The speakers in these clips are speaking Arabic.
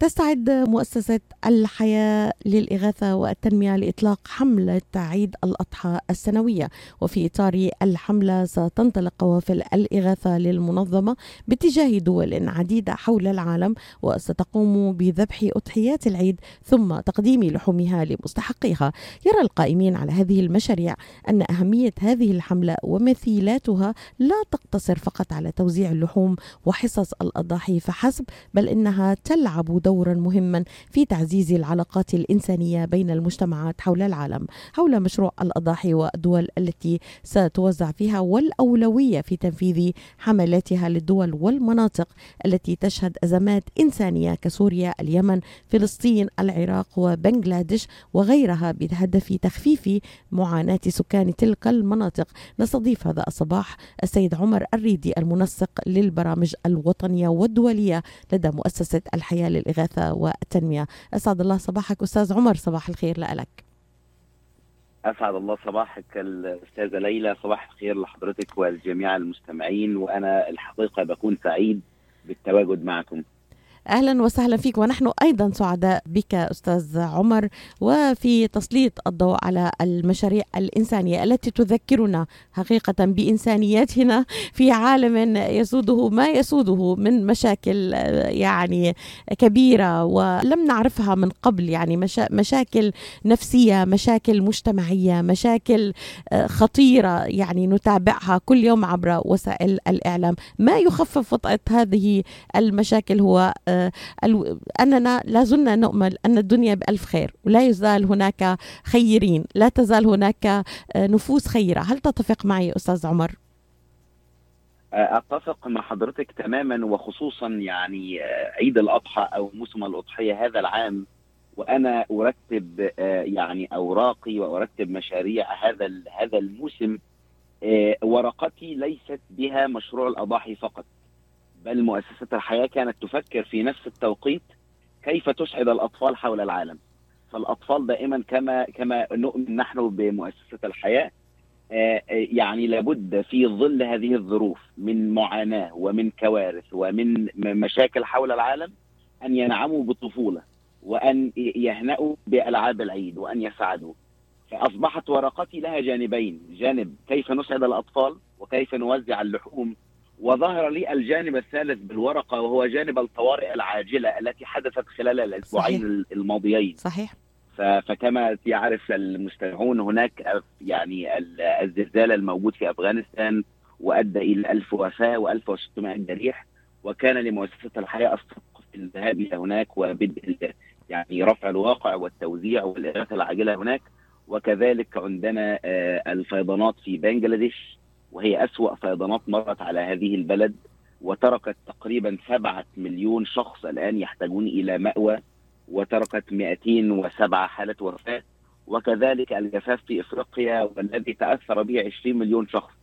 تستعد مؤسسة الحياة للإغاثة والتنمية لإطلاق حملة عيد الأضحى السنوية، وفي إطار الحملة ستنطلق قوافل الإغاثة للمنظمة باتجاه دول عديدة حول العالم، وستقوم بذبح أضحيات العيد ثم تقديم لحومها لمستحقيها. يرى القائمين على هذه المشاريع أن أهمية هذه الحملة ومثيلاتها لا تقتصر فقط على توزيع اللحوم وحصص الأضاحي فحسب، بل إنها تلعب دورا مهما في تعزيز العلاقات الإنسانية بين المجتمعات حول العالم حول مشروع الأضاحي والدول التي ستوزع فيها، والأولوية في تنفيذ حملاتها للدول والمناطق التي تشهد أزمات إنسانية كسوريا، اليمن، فلسطين، العراق وبنغلاديش وغيرها، بهدف تخفيف معاناة سكان تلك المناطق. نستضيف هذا الصباح السيد عمر الريدي، المنسق للبرامج الوطنية والدولية لدى مؤسسة الحياة للإغاثة والتنمية. أسعد الله صباحك أستاذ عمر، صباح الخير لك. أسعد الله صباحك الأستاذة ليلى، صباح الخير لحضرتك والجميع المستمعين، وأنا الحقيقة بكون سعيد بالتواجد معكم. أهلا وسهلا فيك، ونحن أيضا سعداء بك أستاذ عمر، وفي تسليط الضوء على المشاريع الإنسانية التي تذكرنا حقيقة بإنسانيتنا في عالم يسوده ما يسوده من مشاكل يعني كبيرة ولم نعرفها من قبل، يعني مشاكل نفسية، مشاكل مجتمعية، مشاكل خطيرة يعني نتابعها كل يوم عبر وسائل الإعلام. ما يخفف وطأة هذه المشاكل هو أننا لا زلنا نؤمل أن الدنيا بألف خير، ولا يزال هناك خيرين، لا تزال هناك نفوس خيرة. هل تتفق معي أستاذ عمر؟ أتفق مع حضرتك تماما، وخصوصا يعني عيد الأضحى أو موسم الأضحية هذا العام، وأنا أرتب يعني أوراقي وأرتب مشاريع هذا الموسم. ورقتي ليست بها مشروع الأضاحي فقط، بل مؤسسة الحياة كانت تفكر في نفس التوقيت كيف تسعد الأطفال حول العالم. فالأطفال دائما كما نؤمن نحن بمؤسسة الحياة، يعني لابد في ظل هذه الظروف من معاناة ومن كوارث ومن مشاكل حول العالم أن ينعموا بطفولة، وأن يهنأوا بألعاب العيد، وأن يسعدوا. فأصبحت ورقتي لها جانبين، جانب كيف نسعد الأطفال وكيف نوزع اللحوم، وظهر لي الجانب الثالث بالورقة وهو جانب الطوارئ العاجلة التي حدثت خلال الأسبوعين الماضيين. صحيح. فكما يعرف المستمعون، هناك يعني الزلزال الموجود في أفغانستان وأدى إلى 1000 وفاة و1600 جريح، وكان لمؤسسة الحياة السبق في الذهاب إلى هناك وبدء يعني رفع الواقع والتوزيع والإغاثة العاجلة هناك. وكذلك عندنا الفيضانات في بنغلاديش، وهي أسوأ فيضانات مرت على هذه البلد، وتركت تقريبا 7 مليون شخص الآن يحتاجون إلى مأوى، وتركت 207 حالة وفاة. وكذلك الجفاف في إفريقيا والذي تأثر به 20 مليون شخص.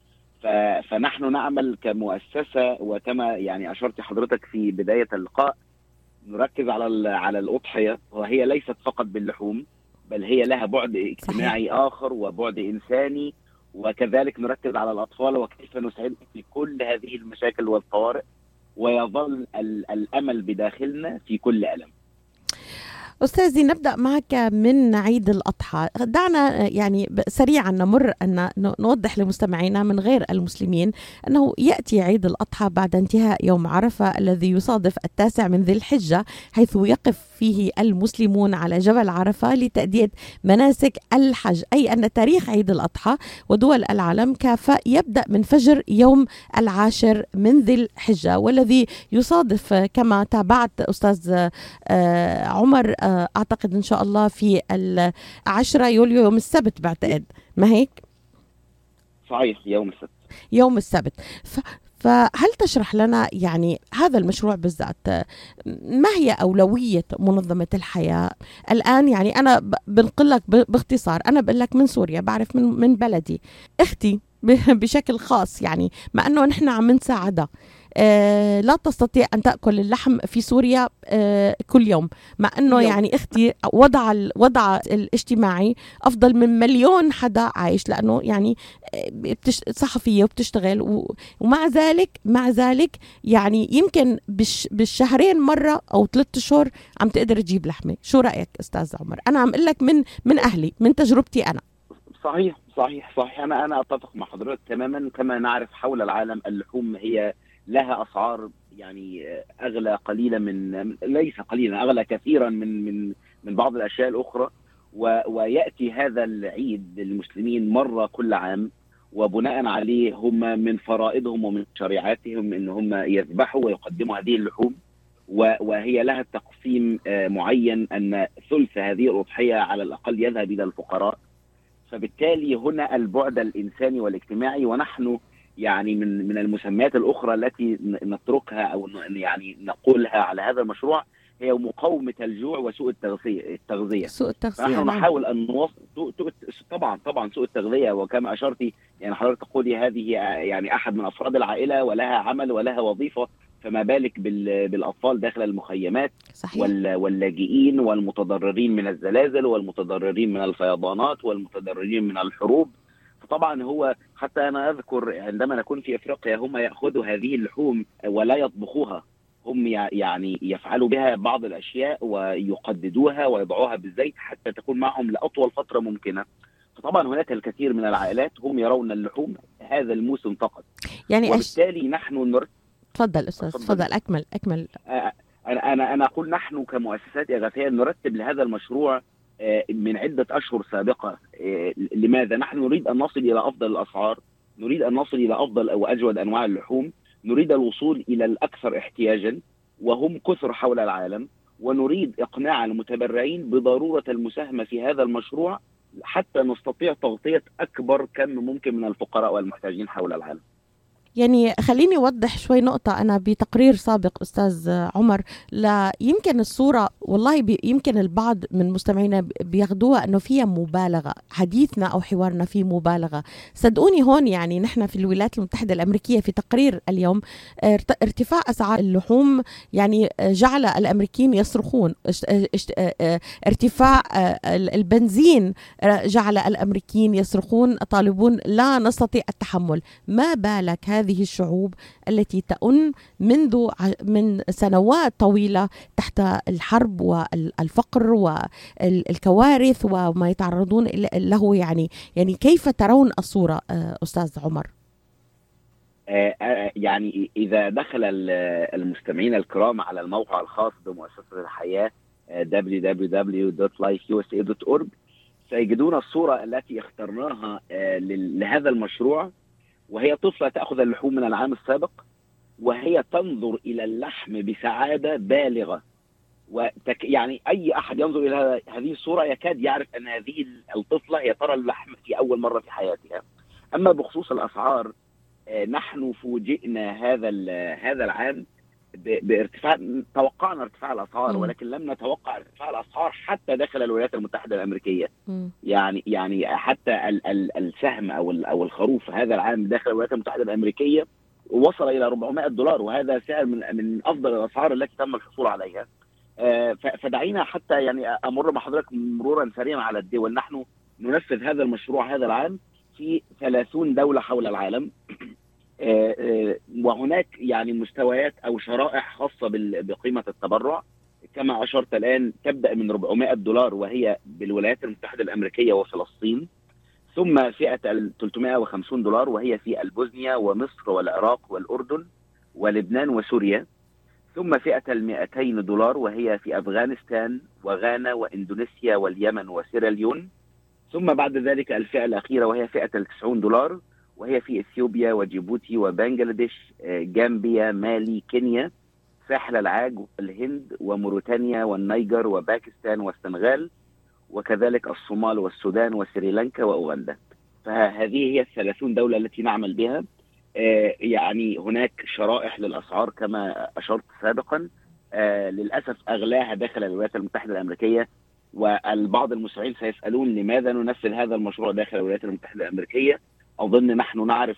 فنحن نعمل كمؤسسة، وكما يعني أشرت حضرتك في بداية اللقاء، نركز على الأضحية، وهي ليست فقط باللحوم، بل هي لها بعد اجتماعي آخر وبعد إنساني. وكذلك نركز على الأطفال وكيف نساعدهم في كل هذه المشاكل والطوارئ، ويظل الأمل بداخلنا في كل ألم. أستاذي، نبدأ معك من عيد الأضحى. دعنا يعني سريعا نمر أن نوضح لمستمعينا من غير المسلمين أنه يأتي عيد الأضحى بعد انتهاء يوم عرفة الذي يصادف 9 من ذي الحجة، حيث يقف فيه المسلمون على جبل عرفة لتأدية مناسك الحج، أي أن تاريخ عيد الأضحى ودول العالم كافة يبدأ من فجر يوم 10 من ذي الحجة، والذي يصادف كما تابعت أستاذ عمر أعتقد إن شاء الله في 10 يوليو، يوم السبت بعتقد، ما هيك؟ صحيح، يوم السبت. فهل تشرح لنا يعني هذا المشروع بالذات، ما هي أولوية منظمة الحياة الآن؟ يعني أنا بنقل لك باختصار، أنا بقول لك من سوريا، بعرف من بلدي أختي بشكل خاص، يعني مع أنه نحن عم نساعدها، لا تستطيع أن تأكل اللحم في سوريا كل يوم، مع أنه يعني أختي وضع الاجتماعي أفضل من مليون حدا عايش، لأنه يعني صحفية وبتشتغل، مع ذلك يعني يمكن بالشهرين مرة أو 3 شهور عم تقدر تجيب لحمة. شو رأيك أستاذ عمر؟ أنا عم أقول لك من أهلي، من تجربتي أنا. صحيح. أنا أتفق مع حضرتك تماما. كما نعرف حول العالم اللحوم هي لها أسعار يعني أغلى قليلا ليس قليلا، أغلى كثيرا من بعض الأشياء الأخرى. ويأتي هذا العيد للمسلمين مرة كل عام، وبناء عليه هم من فرائضهم ومن شريعاتهم ان هم يذبحوا ويقدموا هذه اللحوم، وهي لها تقسيم معين ان ثلث هذه الأضحية على الأقل يذهب إلى الفقراء. فبالتالي هنا البعد الإنساني والاجتماعي، ونحن يعني من المسميات الأخرى التي نتركها أو يعني نقولها على هذا المشروع هي مقاومة الجوع وسوء التغذية. نحن نحاول أن نوصل طبعا سوء التغذية، وكما أشرتي يعني حضرتك تقولي هذه يعني أحد من أفراد العائلة ولها عمل ولها وظيفة، فما بالك بالأطفال داخل المخيمات. صحيح. واللاجئين والمتضررين من الزلازل والمتضررين من الفيضانات والمتضررين من الحروب. فطبعا هو حتى أنا أذكر عندما نكون في إفريقيا هم يأخذوا هذه اللحوم ولا يطبخوها، هم يعني يفعلوا بها بعض الأشياء ويقددوها ويضعوها بالزيت حتى تكون معهم لأطول فترة ممكنة. فطبعا هناك الكثير من العائلات هم يرون اللحوم هذا الموسم فقط، يعني وبالتالي نحن تفضل أستاذ، تفضل أكمل. أنا أقول نحن كمؤسسات إغاثية نرتب لهذا المشروع من عدة أشهر سابقة. لماذا؟ نحن نريد أن نصل إلى أفضل الأسعار، نريد أن نصل إلى أفضل وأجود أنواع اللحوم، نريد الوصول إلى الأكثر احتياجا وهم كثر حول العالم، ونريد إقناع المتبرعين بضرورة المساهمة في هذا المشروع حتى نستطيع تغطية أكبر كم ممكن من الفقراء والمحتاجين حول العالم. يعني خليني أوضح شوي نقطة. أنا بتقرير سابق أستاذ عمر، لا يمكن الصورة والله يمكن البعض من مستمعينا بياخدوها أنه فيها مبالغة، حديثنا أو حوارنا فيه مبالغة. صدقوني هون يعني نحن في الولايات المتحدة الأمريكية في تقرير اليوم ارتفاع أسعار اللحوم يعني جعل الأمريكيين يصرخون، ارتفاع البنزين جعل الأمريكيين يصرخون طالبون لا نستطيع التحمل. ما بالك هذه الشعوب التي تؤن من سنوات طويلة تحت الحرب والفقر والكوارث وما يتعرضون له. يعني كيف ترون الصورة أستاذ عمر؟ يعني إذا دخل المستمعين الكرام على الموقع الخاص بمؤسسة الحياة www.lifeusa.org سيجدون الصورة التي اخترناها لهذا المشروع، وهي طفلة تأخذ اللحوم من العام السابق وهي تنظر إلى اللحم بسعادة بالغة. يعني أي أحد ينظر إلى هذه الصورة يكاد يعرف أن هذه الطفلة هي ترى اللحم في أول مرة في حياتها. أما بخصوص الأسعار، نحن فوجئنا هذا العام بارتفاع. توقعنا ارتفاع الأسعار ولكن لم نتوقع ارتفاع الأسعار حتى داخل الولايات المتحدة الأمريكية. يعني حتى السهم أو الخروف هذا العام داخل الولايات المتحدة الأمريكية وصل إلى $400، وهذا سعر من أفضل الأسعار التي تم الحصول عليها. فدعينا حتى يعني أمر مع حضرتك مرورا سريعا على الدول. نحن ننفذ هذا المشروع هذا العام في 30 دولة حول العالم، وهناك يعني مستويات أو شرائح خاصة بقيمة التبرع. كما أشرت الآن تبدأ من $400 وهي بالولايات المتحدة الأمريكية وفلسطين، ثم فئة $350 وهي في البوسنيا ومصر والعراق والأردن ولبنان وسوريا، ثم فئة $200 وهي في أفغانستان وغانا وإندونيسيا واليمن وسيراليون، ثم بعد ذلك الفئة الأخيرة وهي فئة $90 وهي في إثيوبيا وجيبوتي وبنغلاديش جامبيا مالي كينيا ساحل العاج والهند وموريتانيا والنيجر وباكستان والسنغال، وكذلك الصومال والسودان وسريلانكا وأوغندا. فهذه هي 30 دولة التي نعمل بها. يعني هناك شرائح للأسعار كما أشرت سابقا، للأسف أغلاها داخل الولايات المتحدة الأمريكية، والبعض المستمعين سيسألون لماذا ننفذ هذا المشروع داخل الولايات المتحدة الأمريكية. أظن نحن نعرف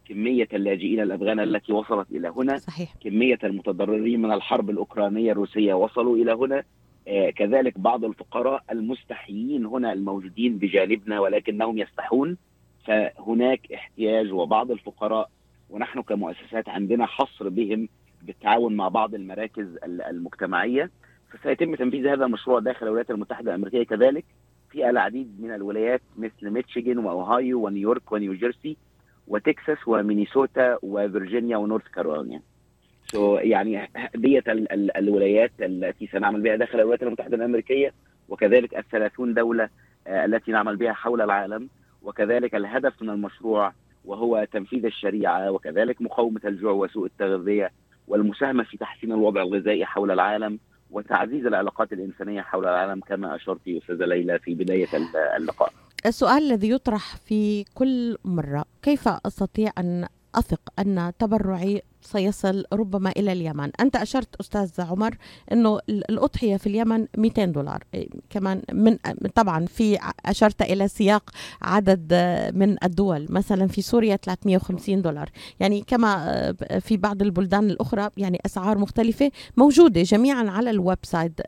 كمية اللاجئين الأفغان التي وصلت إلى هنا، صحيح. كمية المتضررين من الحرب الأوكرانية الروسية وصلوا إلى هنا، كذلك بعض الفقراء المستحيين هنا الموجودين بجانبنا ولكنهم يستحون، فهناك احتياج. وبعض الفقراء ونحن كمؤسسات عندنا حصر بهم بالتعاون مع بعض المراكز المجتمعية، فسيتم تنفيذ هذا المشروع داخل الولايات المتحدة الأمريكية كذلك في العديد من الولايات مثل ميشيغان وأوهايو ونيويورك ونيوجيرسي وتكساس ومينيسوتا وفرجينيا ونورث كارولاينا. يعني ديت الولايات التي سنعمل بها داخل الولايات المتحدة الأمريكية، وكذلك 30 دولة التي نعمل بها حول العالم. وكذلك الهدف من المشروع وهو تنفيذ الشريعة، وكذلك مقاومة الجوع وسوء التغذية، والمساهمة في تحسين الوضع الغذائي حول العالم، وتعزيز العلاقات الإنسانية حول العالم كما أشرت أستاذة ليلى في بداية اللقاء. السؤال الذي يطرح في كل مرة: كيف أستطيع أن أثق أن تبرعي سيصل ربما إلى اليمن؟ أنت أشرت أستاذ عمر أنه الأضحية في اليمن $200 كمان، طبعا في أشرت إلى سياق عدد من الدول، مثلا في سوريا $350، يعني كما في بعض البلدان الأخرى، يعني أسعار مختلفة موجودة جميعا على الويب سايت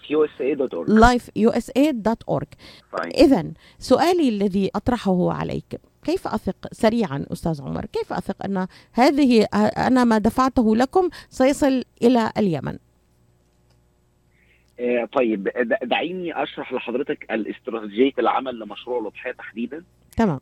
lifeusa.org. إذن سؤالي الذي أطرحه عليك: كيف أثق سريعا أستاذ عمر، كيف أثق أن هذه أنا ما دفعته لكم سيصل إلى اليمن؟ طيب دعيني أشرح لحضرتك الاستراتيجية العمل لمشروع الأضحية تحديدا. تمام.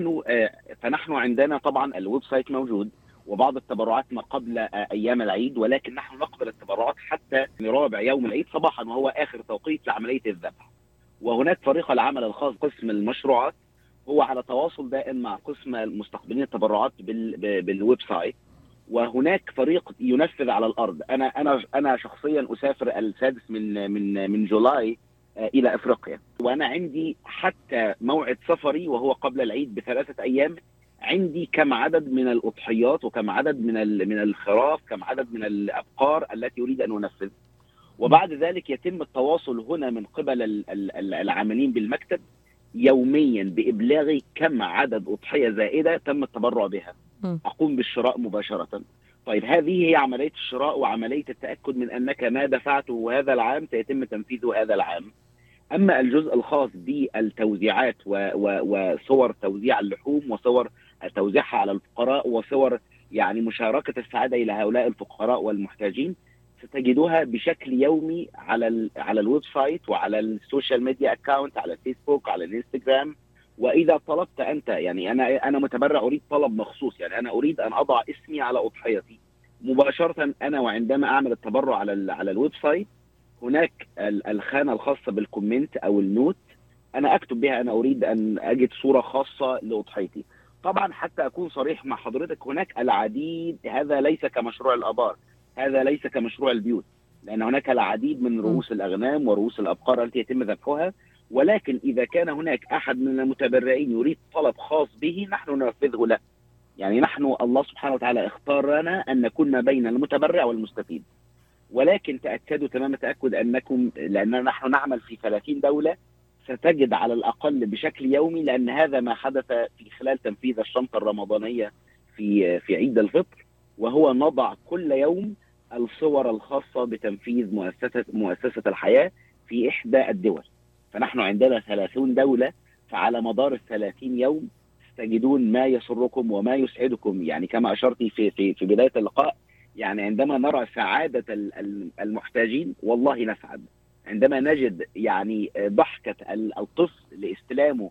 فنحن عندنا طبعا الويب سايت موجود وبعض التبرعات ما قبل أيام العيد، ولكن نحن نقبل التبرعات حتى لرابع يوم العيد صباحا وهو آخر توقيت لعملية الذبح. وهناك فريق العمل الخاص قسم المشروعات هو على تواصل دائم مع قسم مستقبلين التبرعات بالويب سايت، وهناك فريق ينفذ على الارض. انا شخصيا اسافر السادس من جولاي الى افريقيا، وانا عندي حتى موعد سفري وهو قبل العيد ب3 أيام عندي كم عدد من الاضحيات وكم عدد من الخراف، كم عدد من الابقار التي اريد ان انفذ. وبعد ذلك يتم التواصل هنا من قبل العاملين بالمكتب يوميا بإبلاغي كم عدد أضحية زائدة تم التبرع بها، أقوم بالشراء مباشرة. طيب هذه هي عملية الشراء وعملية التأكد من أنك ما دفعته هذا العام سيتم تنفيذه هذا العام. أما الجزء الخاص بالتوزيعات وصور توزيع اللحوم وصور توزيعها على الفقراء وصور يعني مشاركة السعادة إلى هؤلاء الفقراء والمحتاجين، ستجدوها بشكل يومي على الويب سايت وعلى السوشيال ميديا اكاونت، على الفيسبوك، على الانستغرام. واذا طلبت انت، يعني انا متبرع اريد طلب مخصوص، يعني انا اريد ان اضع اسمي على اضحيتي مباشره، انا وعندما اعمل التبرع على الويب سايت هناك الخانه الخاصه بالكومنت او النوت، انا اكتب بها انا اريد ان اجد صوره خاصه لاضحيتي. طبعا حتى اكون صريح مع حضرتك، هناك العديد، هذا ليس كمشروع الابار، هذا ليس كمشروع البيوت، لأن هناك العديد من رؤوس الأغنام ورؤوس الأبقار التي يتم ذبحها. ولكن إذا كان هناك أحد من المتبرعين يريد طلب خاص به نحن ننفذه له. يعني نحن الله سبحانه وتعالى اختار لنا أن نكون ما بين المتبرع والمستفيد. ولكن تأكدوا تمام التأكد أنكم، لأننا نحن نعمل في 30 دولة، ستجد على الأقل بشكل يومي، لأن هذا ما حدث في خلال تنفيذ الشنطة الرمضانية في عيد الفطر، وهو نضع كل يوم الصور الخاصة بتنفيذ مؤسسة الحياة في إحدى الدول. فنحن عندنا 30 دولة، فعلى مدار 30 يوم تجدون ما يسركم وما يسعدكم. يعني كما أشرت في بداية اللقاء، يعني عندما نرى سعادة المحتاجين والله نسعد، عندما نجد يعني ضحكة الطفل لاستلامه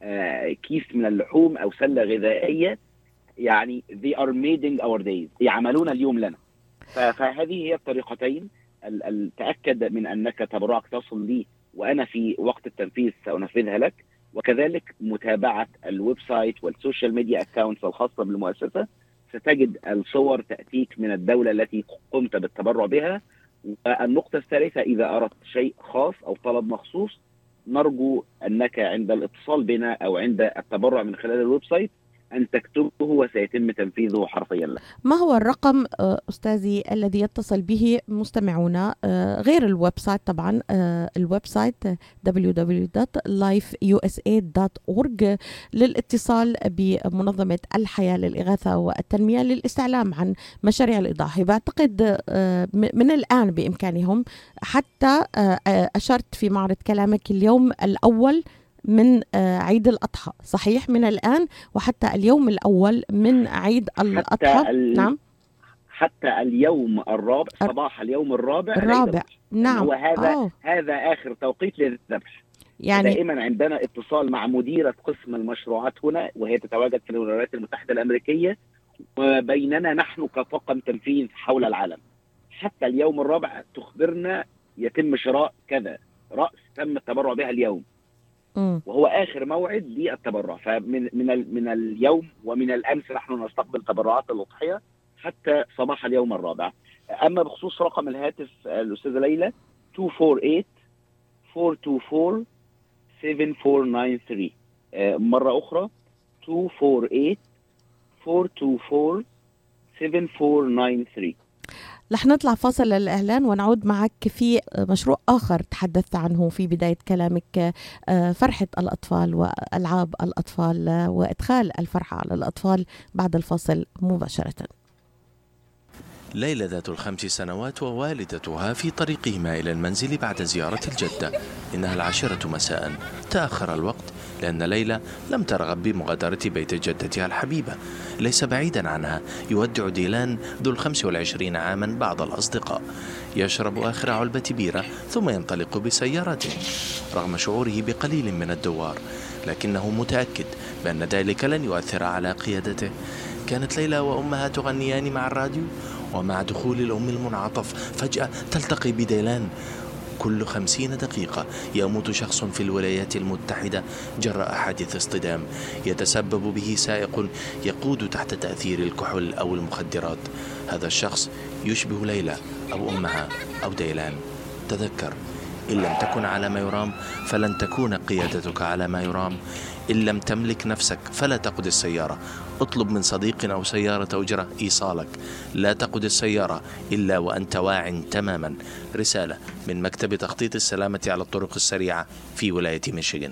كيس من اللحوم أو سلة غذائية، يعني they are making our days، يعملون اليوم لنا. فهذه هي الطريقتين. تأكد من أنك تبرعك تصل لي وأنا في وقت التنفيذ سأنفذها لك، وكذلك متابعة الويب سايت والسوشيال ميديا أكاونتس الخاصة بالمؤسسة، ستجد الصور تأتيك من الدولة التي قمت بالتبرع بها. والنقطة الثالثة، إذا أردت شيء خاص أو طلب مخصوص، نرجو أنك عند الاتصال بنا أو عند التبرع من خلال الويب سايت أن تكتبه وسيتم تنفيذه حرفيا له. ما هو الرقم أستاذي الذي يتصل به مستمعونا غير الويب سايت طبعا، الويب سايت www.lifeusa.org للاتصال بمنظمة الحياة للإغاثة والتنمية للاستعلام عن مشاريع الإيضاح؟ بعتقد من الآن بإمكانهم، حتى أشرت في معرض كلامك اليوم الأول من عيد الأضحى، صحيح؟ من الآن وحتى اليوم الأول من عيد الأضحى. نعم، حتى اليوم الرابع، صباح اليوم الرابع. نعم، هو هذا آخر توقيت للذبح. يعني دائما عندنا اتصال مع مديرة قسم المشروعات هنا، وهي تتواجد في الولايات المتحدة الأمريكية، وبيننا نحن كطاقم تنفيذ حول العالم. حتى اليوم الرابع تخبرنا يتم شراء كذا رأس تم التبرع بها اليوم، وهو آخر موعد للتبرع. من اليوم ومن الأمس نحن نستقبل تبرعات الأضحية حتى صباح اليوم الرابع. أما بخصوص رقم الهاتف الأستاذة ليلى 248-424-7493. مرة أخرى 248-424-7493. رح نطلع فاصل للإعلان ونعود معك في مشروع آخر تحدثت عنه في بداية كلامك، فرحة الأطفال وألعاب الأطفال وإدخال الفرحة على الأطفال بعد الفاصل مباشرة. ليلى ذات 5 سنوات ووالدتها في طريقهما إلى المنزل بعد زيارة الجدة. إنها 10 مساء. تأخر الوقت لأن ليلى لم ترغب بمغادرة بيت جدتها الحبيبة. ليس بعيدا عنها يودع ديلان ذو 25 عاما بعض الأصدقاء، يشرب آخر علبة بيرة ثم ينطلق بسيارته رغم شعوره بقليل من الدوار، لكنه متأكد بأن ذلك لن يؤثر على قيادته. كانت ليلى وأمها تغنيان مع الراديو، ومع دخول الأم المنعطف فجأة تلتقي بديلان. كل 50 دقيقة يموت شخص في الولايات المتحدة جراء حادث اصطدام يتسبب به سائق يقود تحت تأثير الكحول أو المخدرات. هذا الشخص يشبه ليلى أو أمها أو ديلان. تذكر، إن لم تكن على ما يرام فلن تكون قيادتك على ما يرام. إن لم تملك نفسك فلا تقود السيارة. اطلب من صديق أو سيارة أجرة إيصالك. لا تقود السيارة إلا وأنت واع تماما. رسالة من مكتب تخطيط السلامة على الطرق السريعة في ولاية ميشيغان.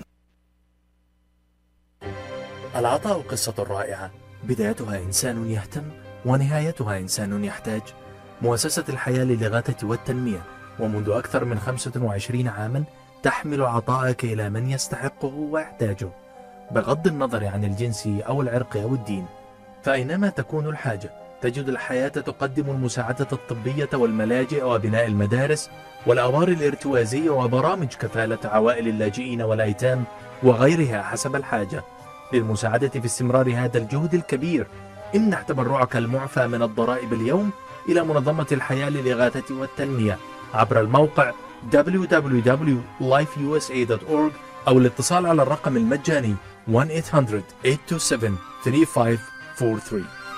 العطاء قصة رائعة، بدايتها إنسان يهتم ونهايتها إنسان يحتاج. مؤسسة الحياة للإغاثة والتنمية، ومنذ أكثر من 25 عاما تحمل عطاءك إلى من يستحقه ويحتاجه، بغض النظر عن الجنس أو العرق أو الدين. فأينما تكون الحاجة تجد الحياة تقدم المساعدة الطبية والملاجئ وبناء المدارس والأوار الارتوازية وبرامج كفالة عوائل اللاجئين والأيتام وغيرها حسب الحاجة. للمساعدة في استمرار هذا الجهد الكبير امنح تبرعك المعفى من الضرائب اليوم إلى منظمة الحياة للإغاثة والتنمية عبر الموقع www.lifeusa.org أو الاتصال على الرقم المجاني 1-800-827-3543.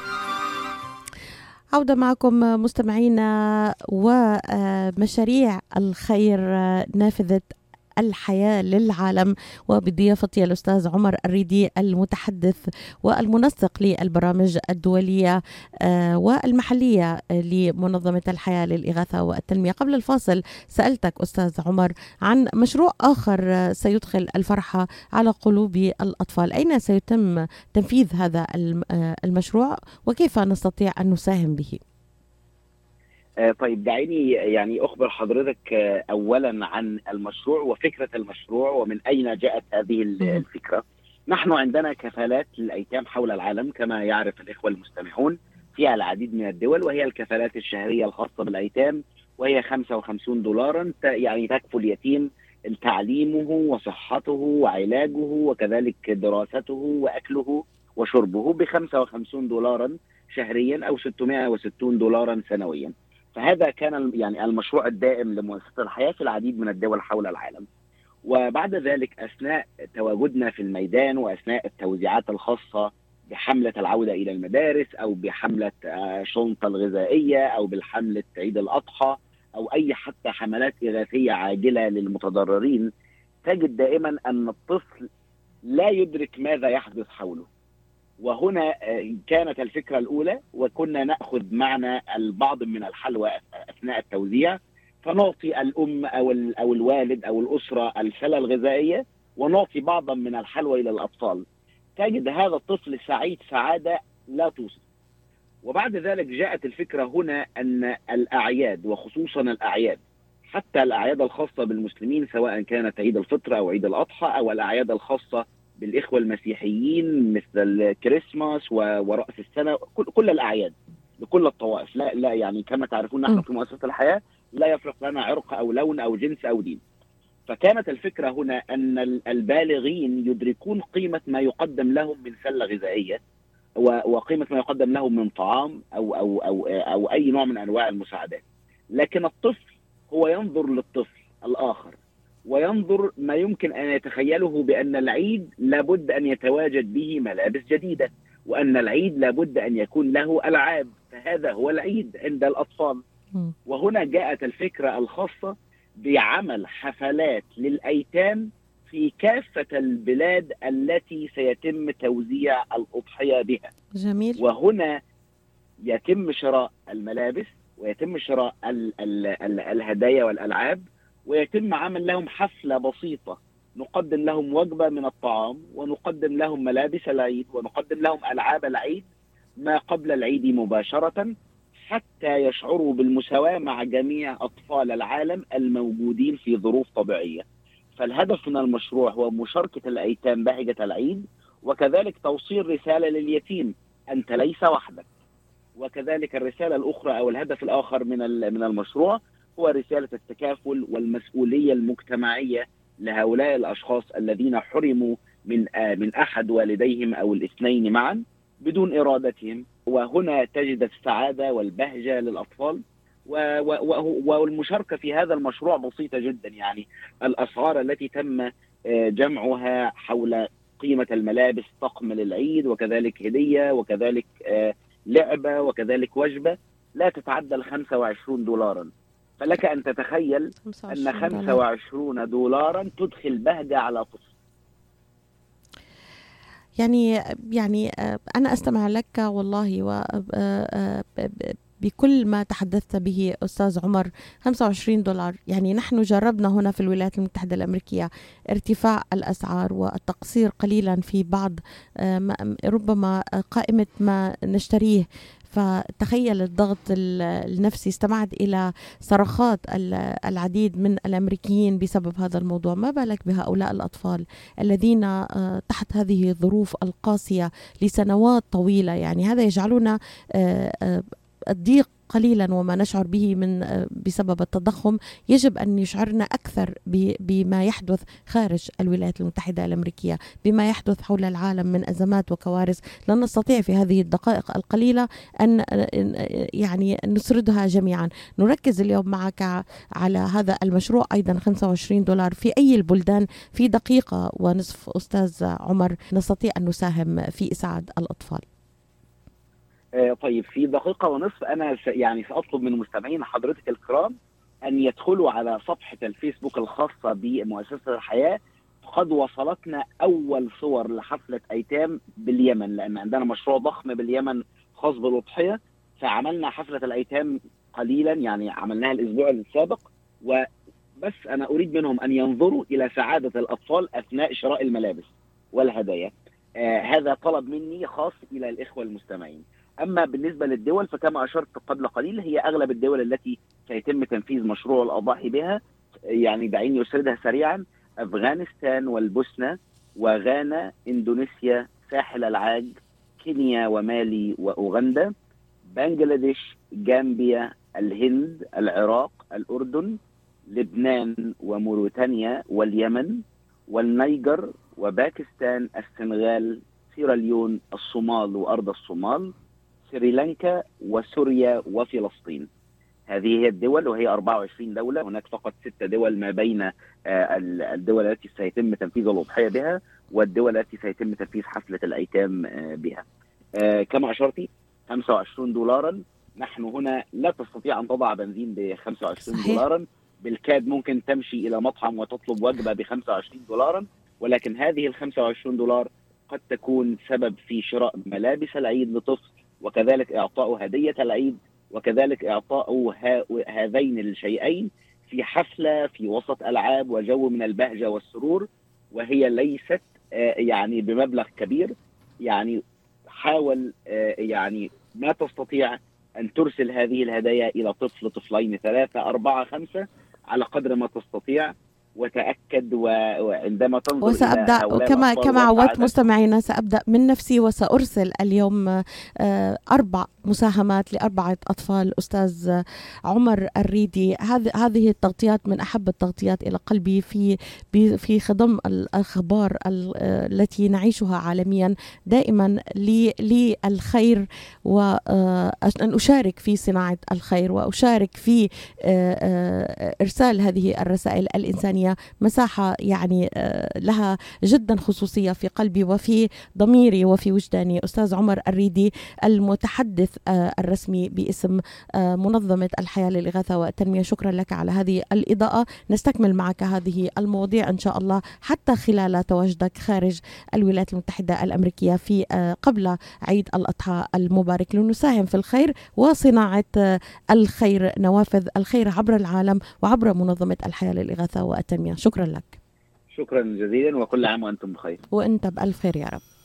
عودة معكم مستمعينا. ومشاريع الخير نافذة الحياة للعالم، وبضيافتي الأستاذ عمر الريدي المتحدث والمنسق للبرامج الدولية والمحلية لمنظمة الحياة للإغاثة والتنمية. قبل الفاصل سألتك أستاذ عمر عن مشروع آخر سيدخل الفرحة على قلوب الأطفال. أين سيتم تنفيذ هذا المشروع وكيف نستطيع أن نساهم به؟ طيب، دعيني يعني أخبر حضرتك أولا عن المشروع وفكرة المشروع ومن أين جاءت هذه الفكرة. نحن عندنا كفالات للأيتام حول العالم كما يعرف الإخوة المستمعون فيها العديد من الدول، وهي الكفالات الشهرية الخاصة بالأيتام، وهي $55 يعني تكفل اليتيم تعليمه وصحته وعلاجه وكذلك دراسته وأكله وشربه $55 شهريا أو $660 سنويا. فهذا كان يعني المشروع الدائم لمؤسسة الحياة في العديد من الدول حول العالم. وبعد ذلك أثناء تواجدنا في الميدان وأثناء التوزيعات الخاصة بحملة العودة إلى المدارس أو بحملة شنطة الغذائية أو بالحملة عيد الأضحى أو أي حتى حملات إغاثية عاجلة للمتضررين، تجد دائما أن الطفل لا يدرك ماذا يحدث حوله. وهنا كانت الفكرة الأولى، وكنا نأخذ معنا البعض من الحلوى أثناء التوزيع، فنعطي الأم أو الوالد أو الأسرة السلة الغذائية، ونعطي بعضا من الحلوى إلى الأطفال. تجد هذا الطفل سعيد سعادة لا توصف. وبعد ذلك جاءت الفكرة هنا أن الأعياد، وخصوصا الأعياد، حتى الأعياد الخاصة بالمسلمين سواء كانت عيد الفطر أو عيد الأضحى أو الأعياد الخاصة بالإخوة المسيحيين مثل الكريسماس ورأس السنة، كل الأعياد لكل الطوائف، لا يعني كما تعرفون نحن في مؤسسة الحياة لا يفرق لنا عرق أو لون أو جنس أو دين. فكانت الفكرة هنا أن البالغين يدركون قيمة ما يقدم لهم من سلة غذائية، وقيمة ما يقدم لهم من طعام أو أي نوع من أنواع المساعدات. لكن الطفل هو ينظر للطفل الآخر وينظر ما يمكن أن يتخيله بأن العيد لابد أن يتواجد به ملابس جديدة، وأن العيد لابد أن يكون له ألعاب، فهذا هو العيد عند الأطفال. وهنا جاءت الفكرة الخاصة بعمل حفلات للأيتام في كافة البلاد التي سيتم توزيع الأضحية بها. جميل. وهنا يتم شراء الملابس، ويتم شراء الهدايا والألعاب، ويتم عمل لهم حفلة بسيطة، نقدم لهم وجبة من الطعام، ونقدم لهم ملابس العيد، ونقدم لهم ألعاب العيد ما قبل العيد مباشرة، حتى يشعروا بالمساواة مع جميع أطفال العالم الموجودين في ظروف طبيعية. فالهدف من المشروع هو مشاركة الأيتام بهجة العيد، وكذلك توصيل رسالة لليتيم: أنت ليس وحدك. وكذلك الرسالة الأخرى أو الهدف الآخر من المشروع هو رسالة التكافل والمسؤولية المجتمعية لهؤلاء الأشخاص الذين حرموا من أحد والديهم أو الاثنين معا بدون إرادتهم. وهنا تجد السعادة والبهجة للأطفال. والمشاركة في هذا المشروع بسيطة جدا، يعني الأسعار التي تم جمعها حول قيمة الملابس، طقم للعيد، وكذلك هدية، وكذلك لعبة، وكذلك وجبة، لا تتعدى $25. فلك أن تتخيل أن $25 تدخل بهجة على طفل. يعني أنا أستمع لك والله، بكل ما تحدثت به أستاذ عمر. $25، يعني نحن جربنا هنا في الولايات المتحدة الأمريكية ارتفاع الأسعار والتقصير قليلا في بعض ربما قائمة ما نشتريه، فتخيل الضغط النفسي. استمعت إلى صرخات العديد من الأمريكيين بسبب هذا الموضوع، ما بالك بهؤلاء الأطفال الذين تحت هذه الظروف القاسية لسنوات طويلة. يعني هذا يجعلنا الضيق قليلا وما نشعر به بسبب التضخم يجب أن يشعرنا أكثر بما يحدث خارج الولايات المتحدة الأمريكية، بما يحدث حول العالم من أزمات وكوارث لن نستطيع في هذه الدقائق القليلة أن يعني نسردها جميعا. نركز اليوم معك على هذا المشروع أيضا $25 في أي البلدان. في دقيقة ونصف أستاذ عمر نستطيع أن نساهم في إسعاد الأطفال. طيب، في دقيقة ونصف أنا يعني سأطلب من مستمعين حضرتك الكرام أن يدخلوا على صفحة الفيسبوك الخاصة بمؤسسة الحياة. قد وصلتنا أول صور لحفلة أيتام باليمن، لأن عندنا مشروع ضخم باليمن خاص بالأضحية، فعملنا حفلة الأيتام قليلا، يعني عملناها الأسبوع السابق. وبس أنا أريد منهم أن ينظروا إلى سعادة الأطفال أثناء شراء الملابس والهدايا. هذا طلب مني خاص إلى الإخوة المستمعين. أما بالنسبة للدول فكما أشرت قبل قليل، هي أغلب الدول التي سيتم تنفيذ مشروع الأضاحي بها. يعني دعيني أسردها سريعا: أفغانستان والبوسنة وغانا، إندونيسيا، ساحل العاج، كينيا ومالي وأوغندا، بنغلاديش، جامبيا، الهند، العراق، الأردن، لبنان وموريتانيا واليمن والنيجر وباكستان، السنغال، سيراليون، الصومال وأرض الصومال، سريلانكا وسوريا وفلسطين. هذه هي الدول، وهي 24 دولة. هناك فقط 6 دول ما بين الدول التي سيتم تنفيذ الأضحية بها والدول التي سيتم تنفيذ حفلة الأيتام بها. كما أشرتي $25. نحن هنا لا تستطيع أن تضع بنزين $25. بالكاد ممكن تمشي إلى مطعم وتطلب وجبة $25، ولكن هذه $25 قد تكون سبب في شراء ملابس العيد لطفل، وكذلك إعطاء هدية العيد، وكذلك إعطاء هذين الشيئين في حفلة في وسط ألعاب وجو من البهجة والسرور، وهي ليست يعني بمبلغ كبير. يعني حاول يعني ما تستطيع أن ترسل هذه الهدايا إلى طفل، طفلين، 3، 4، 5 على قدر ما تستطيع، وتأكد وعندما تنظر وسأبدأ إلى هؤلاء كما عودت مستمعينا، سأبدأ من نفسي وسأرسل اليوم 4 مساهمات ل4 أطفال. أستاذ عمر الريدي، هذه التغطيات من أحب التغطيات إلى قلبي في خضم الأخبار التي نعيشها عالميا دائما للخير، وأن أشارك في صناعة الخير وأشارك في إرسال هذه الرسائل الإنسانية. مساحة يعني لها جدا خصوصية في قلبي وفي ضميري وفي وجداني. أستاذ عمر الريدي، المتحدث الرسمي باسم منظمة الحياة للإغاثة والتنمية، شكرا لك على هذه الإضاءة. نستكمل معك هذه المواضيع إن شاء الله حتى خلال تواجدك خارج الولايات المتحدة الأمريكية في قبل عيد الأضحى المبارك، لنساهم في الخير وصناعة الخير، نوافذ الخير عبر العالم وعبر منظمة الحياة للإغاثة والتنمية. شكرا لك. شكرا جزيلا، وكل عام وأنتم بخير. وأنت بألف خير يا رب.